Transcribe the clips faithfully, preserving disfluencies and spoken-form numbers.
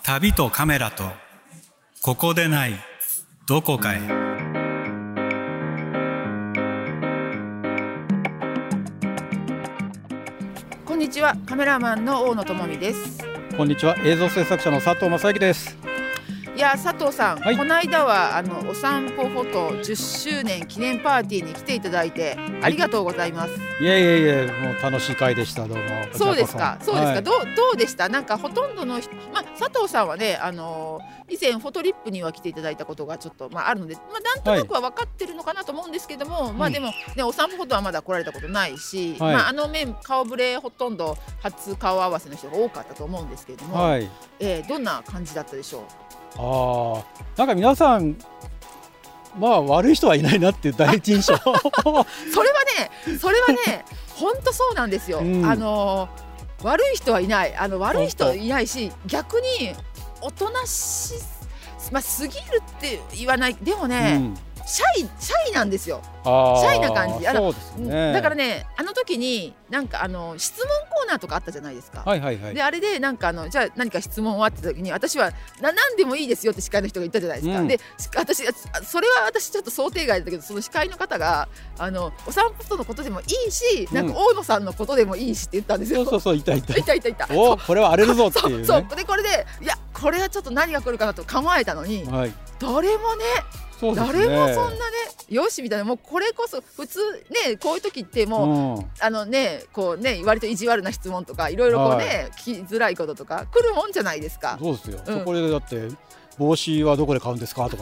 旅とカメラとここでないどこかへ。 こんにちは、カメラマンの大野智美です。 こんにちは、映像制作者の佐藤正幸です。 いや佐藤さん、 はい、 この間はあのお散歩フォトじゅっしゅうねん記念パーティーに来ていただいてありがとうございます。はい、 いえいえいえ、もう楽しい会でした。どうも。 そうですか、そうですか、 はい、 どうどうでした。なんかほとんどの人、まあ、佐藤さんはね、あの以前フォトリップには来ていただいたことがちょっと、まあ、あるので、まあ、なんとなくは分かってるのかなと思うんですけども、はい、まあでも、ね、お散歩フォトはまだ来られたことないし、はい、まあ、あの面顔ぶれほとんど初顔合わせの人が多かったと思うんですけれども、はい、えー、どんな感じだったでしょう。 ああ、なんか皆さんまあ悪い人はいないなっていう第一印象それはねそれはね本当そうなんですよ、うん、あの悪い人はいない、あの悪い人はいないし、逆におとなし、まあ、過ぎるって言わない、でもね、うん、シャイシャイなんですよ。シャイな感じ。あの、そうですね、だからね、あの時になんかあの質問コーナーとかあったじゃないですか。はいはいはい、であれでなんかあのじゃあ何か質問はって時に私はな何でもいいですよって司会の人が言ったじゃないですか。うん、で私それは私ちょっと想定外だったけど、その司会の方があのお散歩とのことでもいいし、なんか大野さんのことでもいいしって言ったんですよ。うん、そうそうそう、いたいたいたいたいた。おこれは荒れるぞっていう、ね、そうそうでこれでいやこれはちょっと何が来るかなと構えたのに、はい、誰もね。ね、誰もそんなねよしみたいな、もうこれこそ普通ね、こういう時ってもう、うん、あのねこうね割と意地悪な質問とかいろいろこうね、はい、聞きづらいこととか来るもんじゃないですか。 そうですよ、うん、そこでだって帽子はどこで買うんですかとか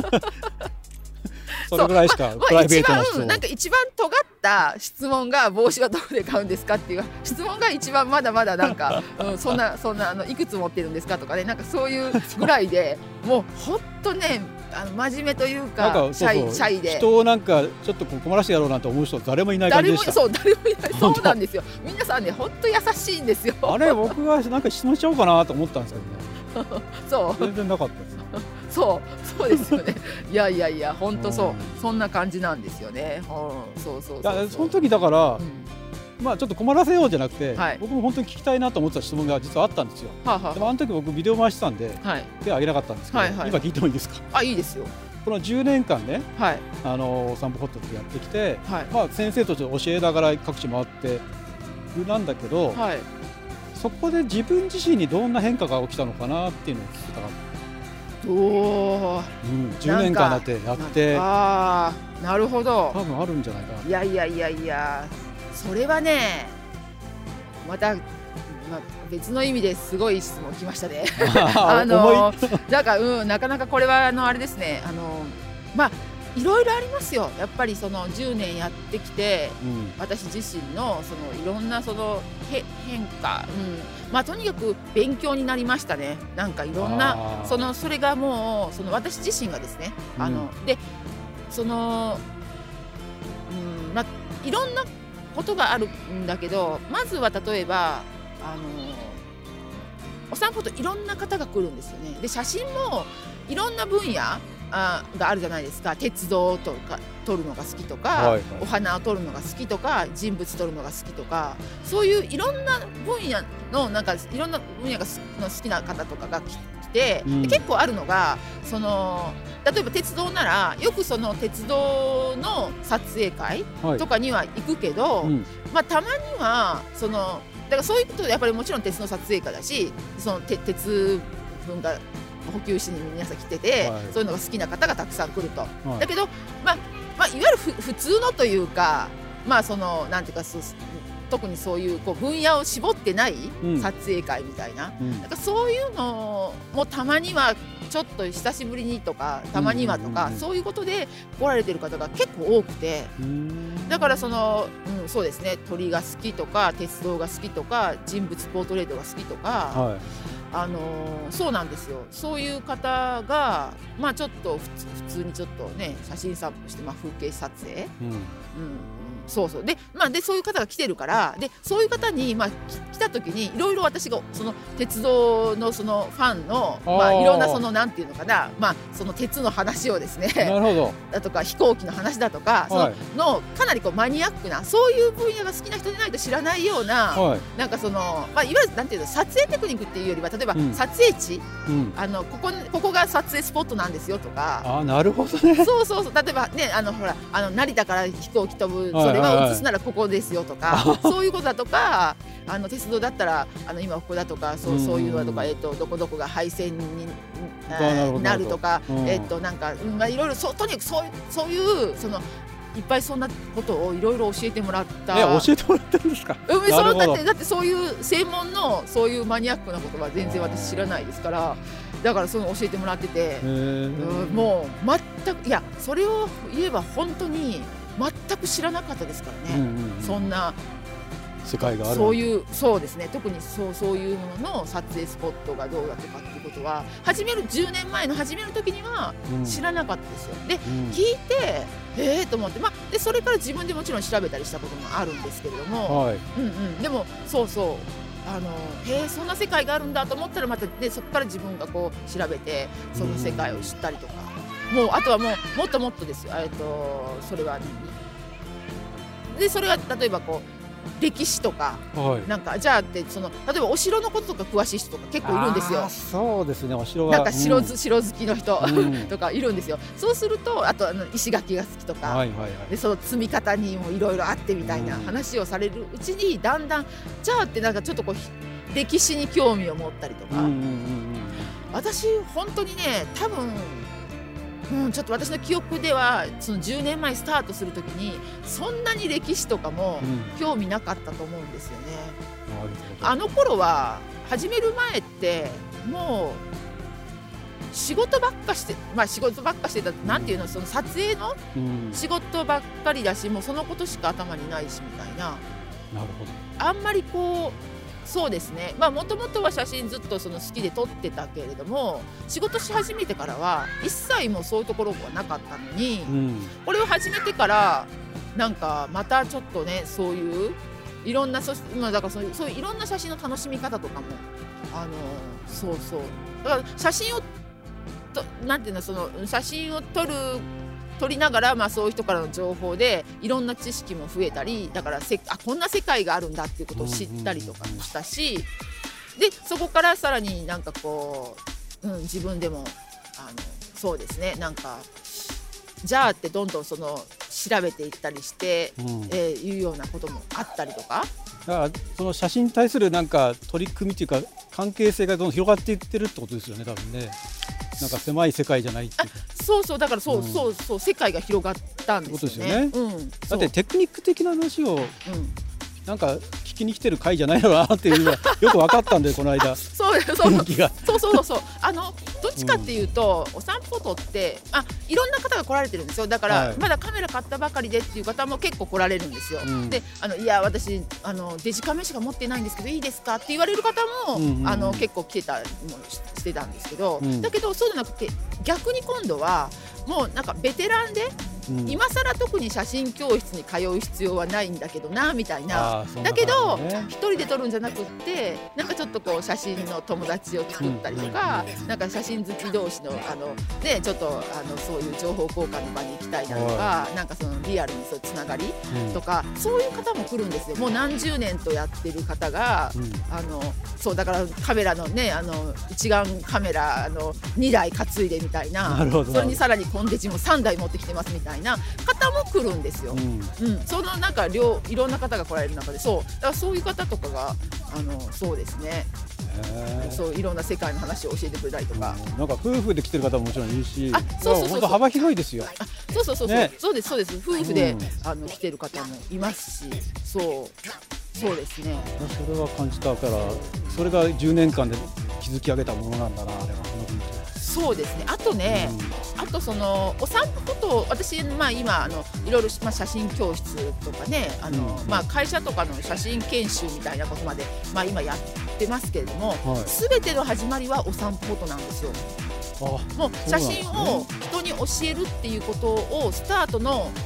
それぐらいしかプライベートな質問、 まあ、なんか一番尖った質問が帽子はどこで買うんですかっていう質問が一番まだまだなんか、うん、そんなそんなあのいくつ持ってるんですかとかね、なんかそういうぐらいでもうほんとねあの真面目というかシャイシャイで人をなんかちょっと困らせてやろうなんて思う人誰もいない感じでした。 誰もそう誰もいないそうなんですよ。皆さんねほんと優しいんですよ。 あれ僕がなんか質問しちゃおうかなと思ったんですけどねそう全然なかったですそうそうですよねいやいやいや本当そう、うん、そんな感じなんですよね。うん、そうそうそうそう。 その時だから、うん、まあちょっと困らせようじゃなくて、はい、僕も本当に聞きたいなと思ってた質問が実はあったんですよ。はあはあ、でもあの時僕ビデオ回してたんで、はい、手を挙げなかったんですけど、はいはい、今聞いてもいいですか。 あ、いいですよ。 このじゅうねんかんね、はい、あのお散歩フォトってやってきて、はい、まあ先生と教えながら各地回ってるなんだけど、はい、そこで自分自身にどんな変化が起きたのかなっていうのを聞きたかった。おー、うん、じゅうねんかんだってやって、 ああなるほど、 多分あるんじゃないかな。 いやいやいやいや、それはねまた、まあ、別の意味ですごい質問きましたねあのだから、うん、なかなかこれはあのあれですね、あのまあいろいろありますよ。やっぱりそのじゅうねんやってきて、うん、私自身のそのいろんなそのへ変化、うん、まあとにかく勉強になりましたね。なんかいろんなそのそれがもうその私自身がですね、うん、あのでその、うん、まあいろんなことがあるんだけど、まずは例えばあのお散歩といろんな方が来るんですよね。で写真もいろんな分野あがあるじゃないですか。鉄道とか撮るのが好きとか、はいはい、お花を撮るのが好きとか、人物撮るのが好きとか、そういういろんな分野のなんかいろんな分野がの好きな方とかが来て、うん、結構あるのがその例えば鉄道ならよくその鉄道の撮影会とかには行くけど、はい、うん、まあたまにはそのだからそういうことでやっぱりもちろん鉄の撮影会だし、そのて鉄分が補給しに皆さん来てて、はい、そういうのが好きな方がたくさん来ると、はい、だけど、まあまあ、いわゆるふ普通のというか、まあそのなんていうかそ特にそういうこう分野を絞ってない撮影会みたいな、うん、なんかそういうのもたまにはちょっと久しぶりにとかたまにはとか、そういうことで来られてる方が結構多くて、だからその、うん、そうですね、鳥が好きとか鉄道が好きとか人物ポートレートが好きとか、はい、あのー、そうなんですよ。そういう方がまあちょっと普通、普通にちょっとね写真散歩して、まあ、風景撮影、うんうん、 そうそうで、まあ、でそういう方が来てるからでそういう方に、まあ、来た時にいろいろ私がその鉄道のそのファンのまあ、いろんなそのなんていうのかな、まあ、その鉄の話をですねなるほどだとか飛行機の話だとか、はい、そののかなりこうマニアックなそういう分野が好きな人でないと知らないような、はい、なんかその、まあ、いわゆるなんていうの撮影テクニックっていうよりは例えば、うん、撮影地、うん、あのここここが撮影スポットなんですよとかあなるほどねそうそうそう例えばねあのほらあの成田から飛行機飛ぶそれは映すならここですよとか、はいはいはい、そういうことだとかあの鉄道だったらあの今ここだとかそう、そういうのだとか、えー、とどこどこが廃線になるとか、うん、えー、となんか、まあ、いろいろそうとにかくそういうそういうそのいっぱいそんなことをいろいろ教えてもらった。 え教えてもらってるんですか。 うん、そうだってだってそういう専門のそういうマニアックなことは全然私知らないですから、だからそういうの教えてもらってて、うん、もう全くいやそれを言えば本当に全く知らなかったですからね。うんうんうん、そんな。 世界があるそういうそうですね特にそうそういうものの撮影スポットがどうだとかっていうことは始めるじゅうねんまえの始める時には知らなかったですよ、うん、で、うん、聞いてえーと思って、まあ、でそれから自分でもちろん調べたりしたこともあるんですけれども、はいうんうん、でもそうそうあのへーそんな世界があるんだと思ったらまた、ね、そこから自分がこう調べてその世界を知ったりとか、うん、もうあとはもうもっともっとですよ、えーとそれはでそれは例えばこう歴史とか、はい、なんかじゃあってその例えばお城のこととか詳しい人とか結構いるんですよ。 そうですねお城がなんか城、うん、城好きの人、うん、とかいるんですよ。そうするとあとあの石垣が好きとか、はいはいはい、でその積み方にもいろいろあってみたいな話をされるうちにだんだんじゃあってなんかちょっとこう歴史に興味を持ったりとか、うんうんうんうん、私本当にね多分うん、ちょっと私の記憶ではそのじゅうねんまえスタートするときにそんなに歴史とかも興味なかったと思うんですよね、うん、あの頃は始める前ってもう仕事ばっかしてまあ仕事ばっかしてたなんていうのその撮影の仕事ばっかりだしもうそのことしか頭にないしみたいな、 なるほどあんまりこうそうですねまあもともとは写真ずっとその好きで撮ってたけれども仕事し始めてからは一切もうそういうところはなかったのに、うん、これを始めてからなんかまたちょっとねそういういろんなそ、まあ、だからそういう、そういういろんな写真の楽しみ方とかもあのそうそうだから写真をとなんていうのその写真を撮る撮りながら、まあ、そういう人からの情報でいろんな知識も増えたりだからせあこんな世界があるんだっていうことを知ったりとかもしたしでそこからさらになんかこう、うん、自分でもあのそうですねなんかじゃあってどんどんその調べていったりして、うんえー、いうようなこともあったりとかだからその写真に対するなんか取り組みというか関係性がどんどん広がっていってるってことですよね多分ねなんか狭い世界じゃないっていうかそうそうだからそう、うん、そうそう世界が広がったんですよね。 ってことですよね、うん、だってテクニック的な話を、うん、なんか聞きに来てる回じゃないのかなっていうのがよく分かったんでこの間そうそうそうそうそうあのどっちかっていうと、うん、お散歩とってあいろんな方が来られてるんですよだから、はい、まだカメラ買ったばかりでっていう方も結構来られるんですよ、うん、であのいや私あのデジカメしか持ってないんですけどいいですかって言われる方も、うんうん、あの結構来てたりもしてたんですけど、うん、だけどそうじゃなくて逆に今度はもうなんかベテランでうん、今更特に写真教室に通う必要はないんだけどなみたいな、だけど一人で撮るんじゃなくってなんかちょっとこう写真の友達を作ったりとか、うん、なんか写真好き同士のあの、ね、ちょっとあのそういう情報交換の場に行きたいなとかなんかそのリアルにそうつながりとか、うん、そういう方も来るんですよ。もう何十年とやってる方が、うん、あのそうだからカメラのねあの一眼カメラあのにだい担いでみたいな、それにさらにコンデジもさんだい持ってきてますみたいなな方も来るんですよ、うんうん、そのなんか両いろんな方が来られる中でそうだからそういう方とかがあのそうですねそういろんな世界の話を教えてくれたりとか、 うん、なんか夫婦で来てる方ももちろんいるしあそうそうそうそう幅広いですよあそうそうそうそう、ね、そうですそうです夫婦で、うん、あの来てる方もいますしそうそうですねそれは感じたからそれがじゅうねんかんで築き上げたものなんだなあれはそうですねあとね、うん、あとそのお散歩と私、まあ、今あのいろいろ、まあ、写真教室とかねあの、うんまあ、会社とかの写真研修みたいなことまで、まあ、今やってますけれども、はい、全ての始まりはお散歩となんですよ。あもう写真を人に教えるっていうことをスタートの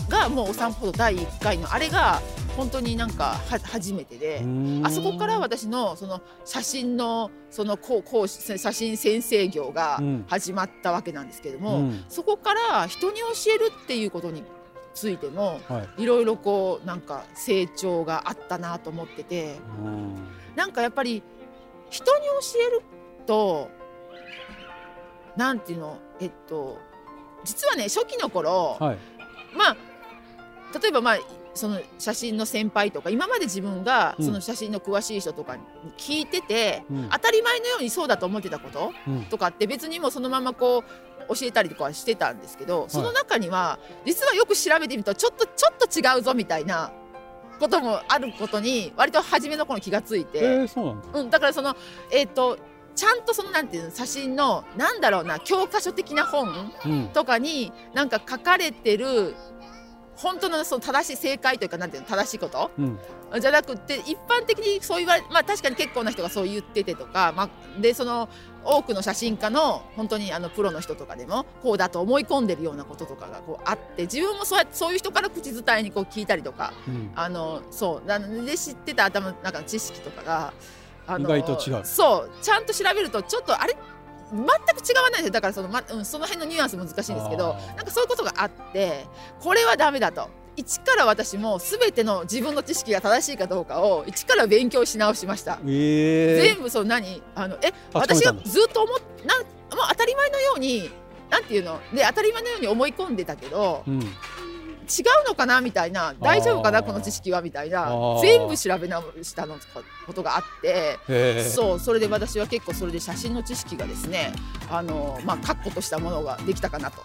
がもうお散歩だいいっかいのあれが本当になんかは初めてで、あそこから私のその写真のそのこうこう写真先生業が始まったわけなんですけれども、うん、そこから人に教えるっていうことについても、はい、いろいろこうなんか成長があったなと思ってて、うん、なんかやっぱり人に教えるとなんていうのえっと実はね初期の頃、はい、まあ例えばまあその写真の先輩とか今まで自分がその写真の詳しい人とかに聞いてて、うん、当たり前のようにそうだと思ってたこと、うん、とかって別にもうそのままこう教えたりとかはしてたんですけど、その中には実はよく調べてみるとちょっとちょっと違うぞみたいなこともあることに割と初めの頃気がついて、 えー、そうなんだ。 うん、だからそのえっとちゃんとそのなんていうの写真のなんだろうな教科書的な本とかになんか書かれてる本当のその正しい正解というかなんていうの正しいこと、うん、じゃなくて一般的にそう言われ、まあ、確かに結構な人がそう言っててとか、まあ、でその多くの写真家の本当にあのプロの人とかでもこうだと思い込んでるようなこととかがこうあって自分もそうやそういう人から口伝えにこう聞いたりとか、うん、あのそうなので知ってた頭の中の知識とかがあの意外と違う。 そうちゃんと調べるとちょっとあれ全く違わないですよ。だからその、まうん、その辺のニュアンス難しいんですけどなんかそういうことがあってこれはダメだと一から私も全ての自分の知識が正しいかどうかを一から勉強し直しました、 えー、 全部そう何あのえ私がずっと思っなんもう当たり前のようになんていうので当たり前のように思い込んでたけど、うん、違うのかなみたいな大丈夫かなこの知識はみたいな全部調べ直したのことがあってそうそれで私は結構それで写真の知識がですねあのまあ確固としたものができたかなと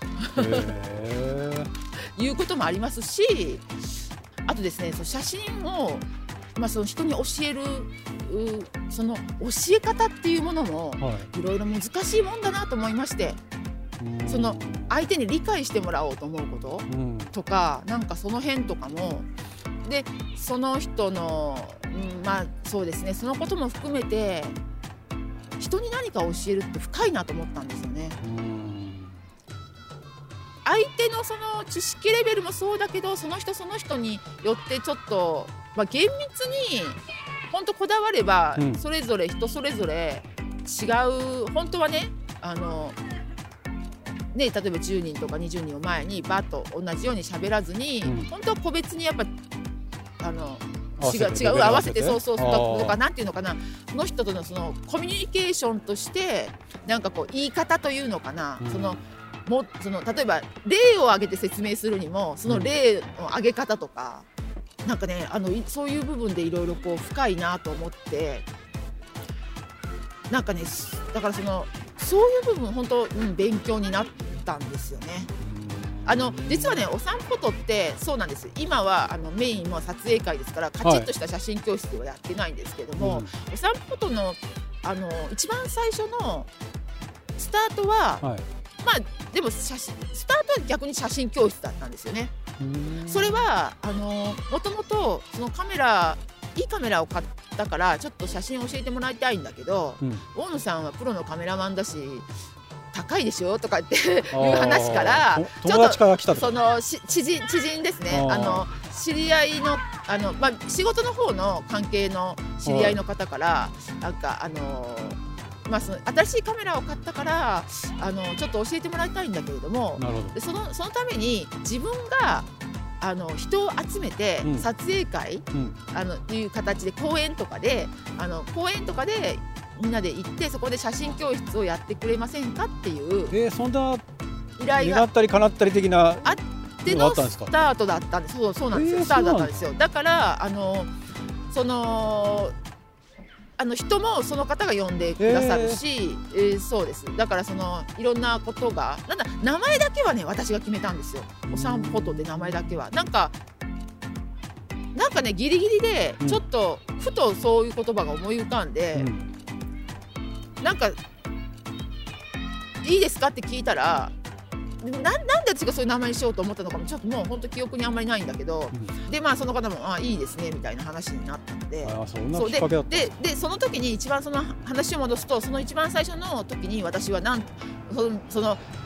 いうこともありますしあとですねその写真を、まあ、その人に教えるその教え方っていうものもいろいろ難しいもんだなと思いまして。その相手に理解してもらおうと思うこととか、うん、なんかその辺とかもでその人の、うん、まあそうですねそのことも含めて人に何か教えるって深いなと思ったんですよね。うん相手のその知識レベルもそうだけどその人その人によってちょっと、まあ、厳密に本当こだわれば、うん、それぞれ人それぞれ違う本当はねあのね、例えばじゅうにんとかにじゅうにんを前にバッと同じように喋らずに、うん、本当は個別にやっぱあの違う違う合わせてそうそうそうとかなんていうのかなその人とのそのコミュニケーションとしてなんかこう言い方というのかな、うん、そのもその例えば例を挙げて説明するにもその例の挙げ方とか、うん、なんかねあのそういう部分でいろいろこう深いなと思ってなんかねだからそのそういう部分本当、うん、勉強になったんですよね。あの実はねお散歩とってそうなんです。今はあのメインも撮影会ですからカチッとした写真教室ではやってないんですけども、はい、お散歩とのあの一番最初のスタートは、はい、まあでも写真スタートは逆に写真教室だったんですよね。それはあのもともとそのカメラいいカメラを買ったからちょっと写真教えてもらいたいんだけど、うん、大野さんはプロのカメラマンだし高いでしょとかっていう話から友達から来たとその知人知人ですねあの知り合いのあの、まあ、仕事の方の関係の知り合いの方からなんかあのまあ、その新しいカメラを買ったからあのちょっと教えてもらいたいんだけれどもでその、そのために自分があの人を集めて撮影会、うん、あのいう形で公園とかであの公園とかでみんなで行ってそこで写真教室をやってくれませんかっていうえー、そんな依頼が願ったり叶ったり的なあってのスタートだったんです。そうそうなんですよ、えー、スタートだったんですよ。だからあのそのあの人もその方が呼んでくださるし、えーえー、そうです。だからそのいろんなことがなんだ名前だけはね私が決めたんですよ。お散歩とで名前だけはなんかなんかねギリギリでちょっとふとそういう言葉が思い浮かんで、うん、なんかいいですかって聞いたらな, なんで私がそういう名前にしようと思ったのかもちょっともう本当記憶にあんまりないんだけど、うん、でまあその方もあいいですねみたいな話になったのであそんなきっかけだった。 でででその時に一番その話を戻すとその一番最初の時に私はなんそのその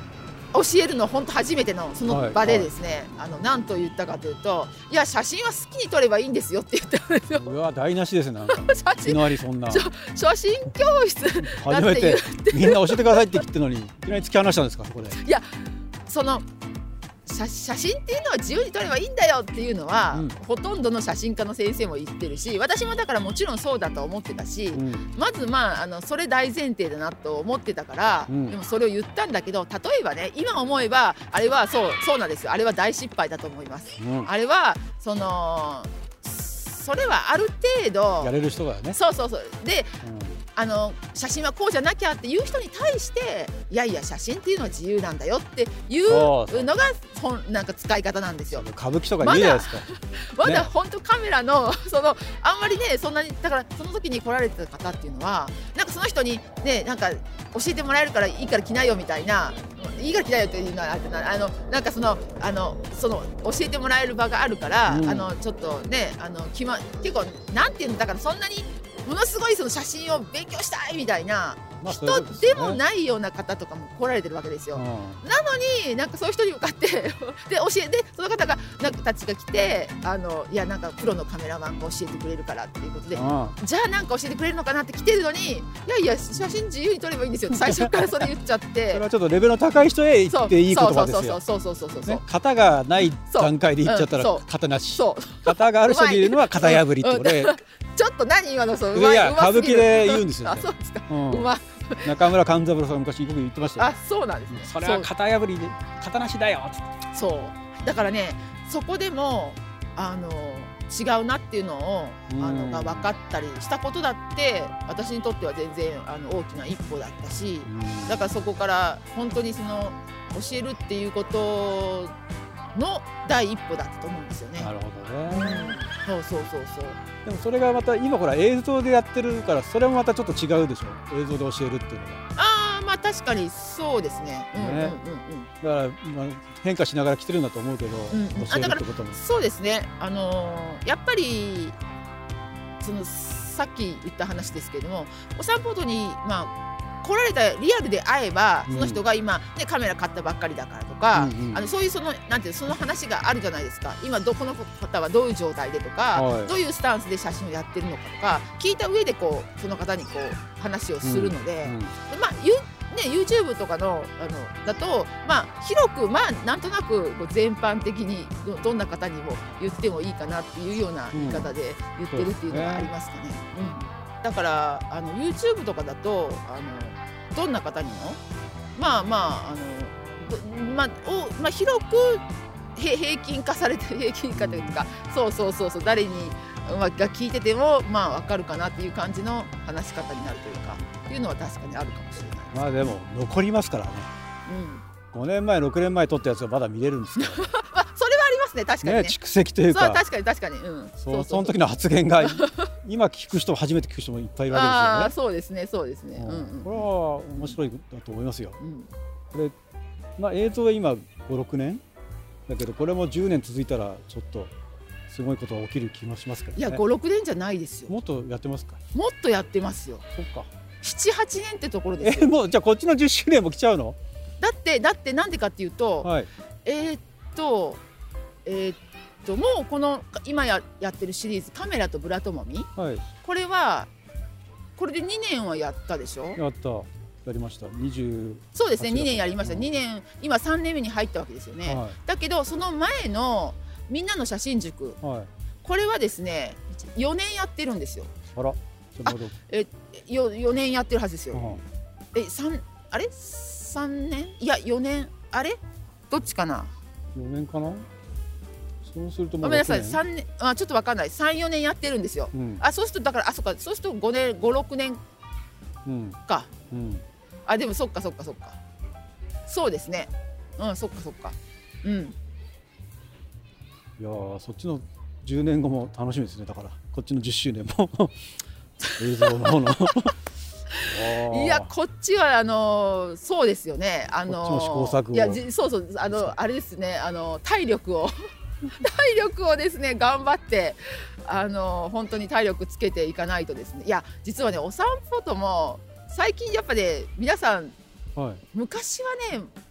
教えるの本当初めてのその場でですね、はいはい、あの何と言ったかというと、いや写真は好きに撮ればいいんですよって言ったんですよ。 うわ台無しですね。なんかいきなりそんな写真教室初めてみんな教えてくださいって言ってるのにいきなり突き放したんですかそこで。 いやその写, 写真っていうのは自由に撮ればいいんだよっていうのは、うん、ほとんどの写真家の先生も言ってるし、私もだからもちろんそうだと思ってたし、うん、まずまああのそれ大前提だなと思ってたから、うん、でもそれを言ったんだけど、例えばね今思えばあれはそうそうなんですよ。あれは大失敗だと思います、うん、あれはそのそれはある程度やれる人がね、 そうそうそうで、うんあの写真はこうじゃなきゃっていう人に対して、いやいや写真っていうのは自由なんだよっていうのがなんか使い方なんですよ。 歌舞伎とかいいじゃないですか。 まだ本当カメラのそのあんまりねそんなにだからその時に来られてた方っていうのはなんかその人にねなんか教えてもらえるからいいから来なよみたいな、いいから来なよっていうのはあのなんかそのあのその教えてもらえる場があるから、うん、あのちょっとねあの決ま結構なんていうのだからそんなにものすごいその写真を勉強したいみたいな人でもないような方とかも来られてるわけですよ。うん、なのになんかそういう人に向かってで教えてその方がなんかたちが来てあのいやなんかプロのカメラマンが教えてくれるからっていうことで、うん、じゃあなんか教えてくれるのかなって来てるのに、いやいや写真自由に撮ればいいんですよって最初からそれ言っちゃってそれはちょっとレベルの高い人へ言っていい言葉ですよ。 そうそうそうそうそうそう、 ね、型がない段階で言っちゃったら型なし、そう型がある人にいるのは型破りってこれちょっと何今のそううまい、 いや歌舞伎で言うんですよ、 ね、あそうですか、うん、うまい中村勘三郎さん昔僕言ってましたよ。 あそうなんですね。 それは型破りで型なしだよって。 そうだからねそこでもあの違うなっていうのをあのが分かったりしたことだって私にとっては全然あの大きな一歩だったし、だからそこから本当にその教えるっていうことの第一歩だったと思うんですよね。 なるほどね、 うん、そうそうそうそう。 でもそれがまた今ほら映像でやってるからそれもまたちょっと違うでしょ、映像で教えるっていうのは。 ああまあ確かにそうですね。うんうんうんうん、だから、まあ、変化しながら来てるんだと思うけど、うんうん、教えるってこともそうですね。あのー、やっぱりそのさっき言った話ですけれども、お散歩ごとにまあ来られたリアルで会えばその人が今、ね、カメラ買ったばっかりだからとか、うんうん、あのそういうそのなんていうその話があるじゃないですか。今どこの方はどういう状態でとか、はい、どういうスタンスで写真をやってるのかとか聞いた上でこうその方にこう話をするので、うんうん、でまあゆね、YouTube とかのあのだと、まあ、広く、まあ、なんとなく全般的に ど, どんな方にも言ってもいいかなっていうような言い方で言ってるっていうのがありますかね。うんうん、だからあの YouTube とかだとあのどんな方にもまあまああのまあおまあ、広く平均化されて平均化というかそうそうそうそう誰にが聞いててもまあ分かるかなっていう感じの話し方になるというかっていうのは確かにあるかもしれない。 まあでも残りますからね、うん、ごねんまえろくねんまえ撮ったやつがまだ見れるんですけど、ねまあ、それはありますね確かにね、 蓄積というかそう確かに確かに、うん、 そうそうその時の発言が今聞く人も初めて聞く人もいっぱいいるわけですよね。 あそうですねそうですね、うんうん、 これは面白いだと思いますよ、うん、これ、まあ、映像は今ごろくねんだけどこれもじゅうねん続いたらちょっとすごいことが起きる気もしますけどね。 いやごろくねんじゃないですよ。 もっとやってますか。 もっとやってますよ。 そっかななはちねんってところですよ。 えもうじゃあこっちのじゅっしゅうねんも来ちゃうの。 だってだってなんでかっていうと、はい、えー、っとえー、っともうこの今 や, やってるシリーズカメラとブラ友美、はい、これはこれでにねんはやったでしょ。 やったやりました。にじゅうそうですねにねんやりました。にねん今さんねんめに入ったわけですよね、はい、だけどその前のみんなの写真塾、はい、これはですねよねんやってるんですよ。 あらあえ よ, よねんやってるはずですよ、うん、え三あれさんねんいやよねんあれどっちかな。 よねんかな。そうするともうごめんなさいさんねんあちょっとわかんないさんよねんやってるんですよ、うん、あそうするとだからあそっかそうするとごねんごろくねんか、うんうん、あでもそっかそっかそっかそうですねうんそっかそっかうんいやそっちのじゅうねんごも楽しみですね。だからこっちのじゅっしゅうねんも映像の方のいやこっちはあのそうですよねあのこっちも試行錯誤いやそうそうあのあれですねあの体力を体力をですね頑張ってあの本当に体力つけていかないとですね。いや実はねお散歩とも最近やっぱね皆さん、はい、昔はね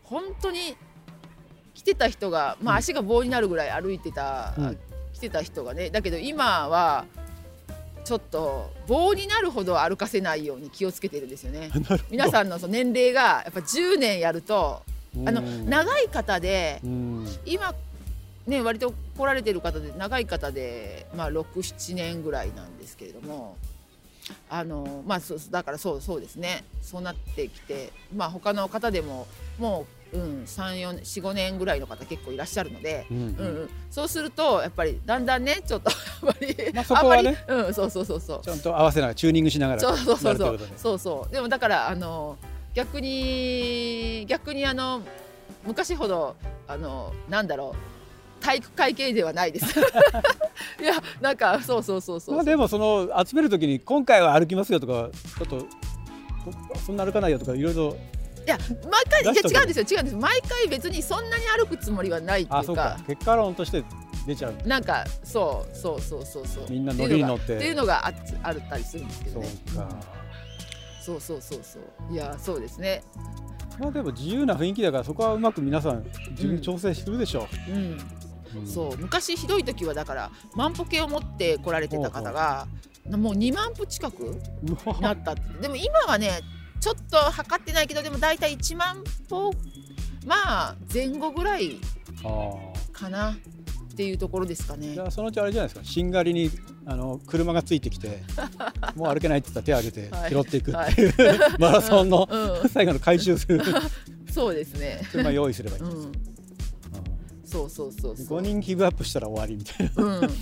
本当に来てた人が、まあ、足が棒になるぐらい歩いてた、うん、来てた人がね、だけど今はちょっと棒になるほど歩かせないように気をつけてるんですよね。皆さんのその年齢がやっぱじゅうねんやると、あの長い方で今ね割と来られてる方で長い方で、まあ、ろく、ななねんぐらいなんですけれども、あのまあそうだからそうそうですね、そうなってきて、まあ他の方でももう、うん、さん、よん、よん、ごねんぐらいの方結構いらっしゃるので、うんうんうん、そうするとやっぱりだんだんねちょっとあんまり、まあ、そこはね、あんまり、うん、そうそうそうそうちゃんと合わせながらチューニングしながら、 そうそうそうそうそうそうでもだからあの逆に逆にあの昔ほどあのなんだろう体育会系ではないです。いやなんかそうそうそうそう。 まあでもその集めるときに今回は歩きますよとかちょっとそんな歩かないよとかいろいろ。 いや毎回いや違うんですよ違うんです。毎回別にそんなに歩くつもりはないっていうか。あ、そうか。 結果論として出ちゃう。 なんかそうそうそうそうそう。 みんな乗りに乗ってっていうのがああるったりするんですけどね。 そうか。 そうそうそうそう。いやそうですね。 まあでも自由な雰囲気だからそこはうまく皆さん自分調整するでしょう。 うん。うんうん、そう昔ひどい時はだから万歩計を持って来られてた方がもうにまん歩近くなったって。でも今はねちょっと測ってないけどでもだいたいいちまん歩まあ前後ぐらいかなっていうところですかね。 じゃあそのうちあれじゃないですか、しんがりにあの車がついてきてもう歩けないって言ったら手を挙げて拾っていくっていう、はいはい、マラソンの、うんうん、最後の回収するそうですね車用意すればいいんです、うん、 そうそうそうそうごにんギブアップしたら終わりみたいな、うん、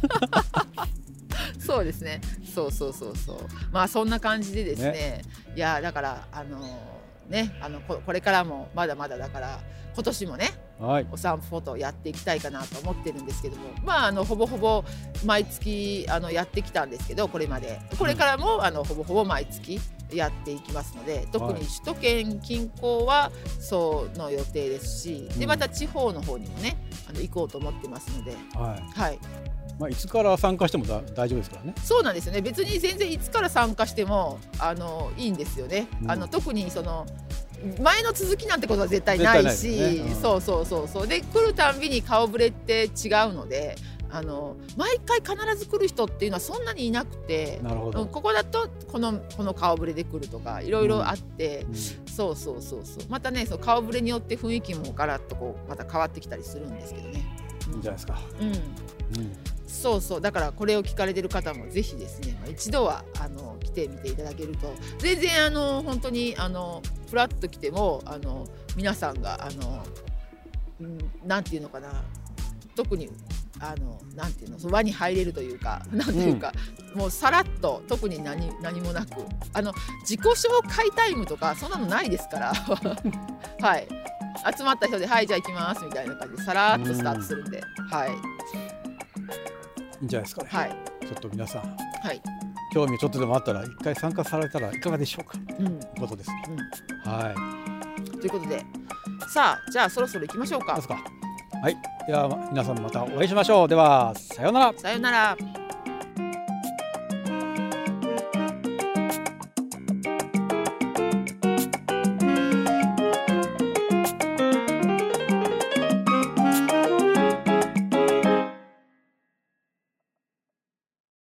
そうですねそうそうそうそうまあそんな感じでですね、ねいやだからあのー、ねあの こ, これからもまだまだだから今年もね、はい、お散歩とやっていきたいかなと思ってるんですけどもまああのほぼほぼ毎月あのやってきたんですけどこれまでこれからも、うん、あのほぼほぼ毎月やっていきますので特に首都圏近郊はそうの予定ですし、うん、でまた地方の方にもねあの行こうと思ってますので、はいはいまあ、いつから参加してもだ大丈夫ですからね。 そうなんですよね別に全然いつから参加してもあのいいんですよね、うん、あの特にその前の続きなんてことは絶対ないし、ねうん、そうそうそうそうで来るたんびに顔ぶれって違うのであの毎回必ず来る人っていうのはそんなにいなくてなるほどここだとこの、この顔ぶれで来るとかいろいろあって、うんうん、そうそうそうそうまたねその顔ぶれによって雰囲気もガラッとこうまた変わってきたりするんですけどね。 いいんじゃないですか。 うん、うんそうそうだからこれを聞かれてる方もぜひですね一度はあの来てみていただけると全然あの本当にあのフラッと来てもあの皆さんがあの、うん、なんていうのかな特にあのなんていうの輪に入れるというかなんていうか、うん、もうさらっと特に 何, 何もなくあの自己紹介タイムとかそんなのないですからはい集まった人ではいじゃあ行きますみたいな感じでさらっとスタートするんで、うん、はいいいんじゃないですかね、はい、ちょっと皆さん、 はい、 興味ちょっとでもあったら一回参加されたらいかがでしょうか、うん、ということですね、うん、はいということでさあじゃあそろそろ行きましょうか。 はいでは皆さんまたお会いしましょう。ではさようなら。 さようなら。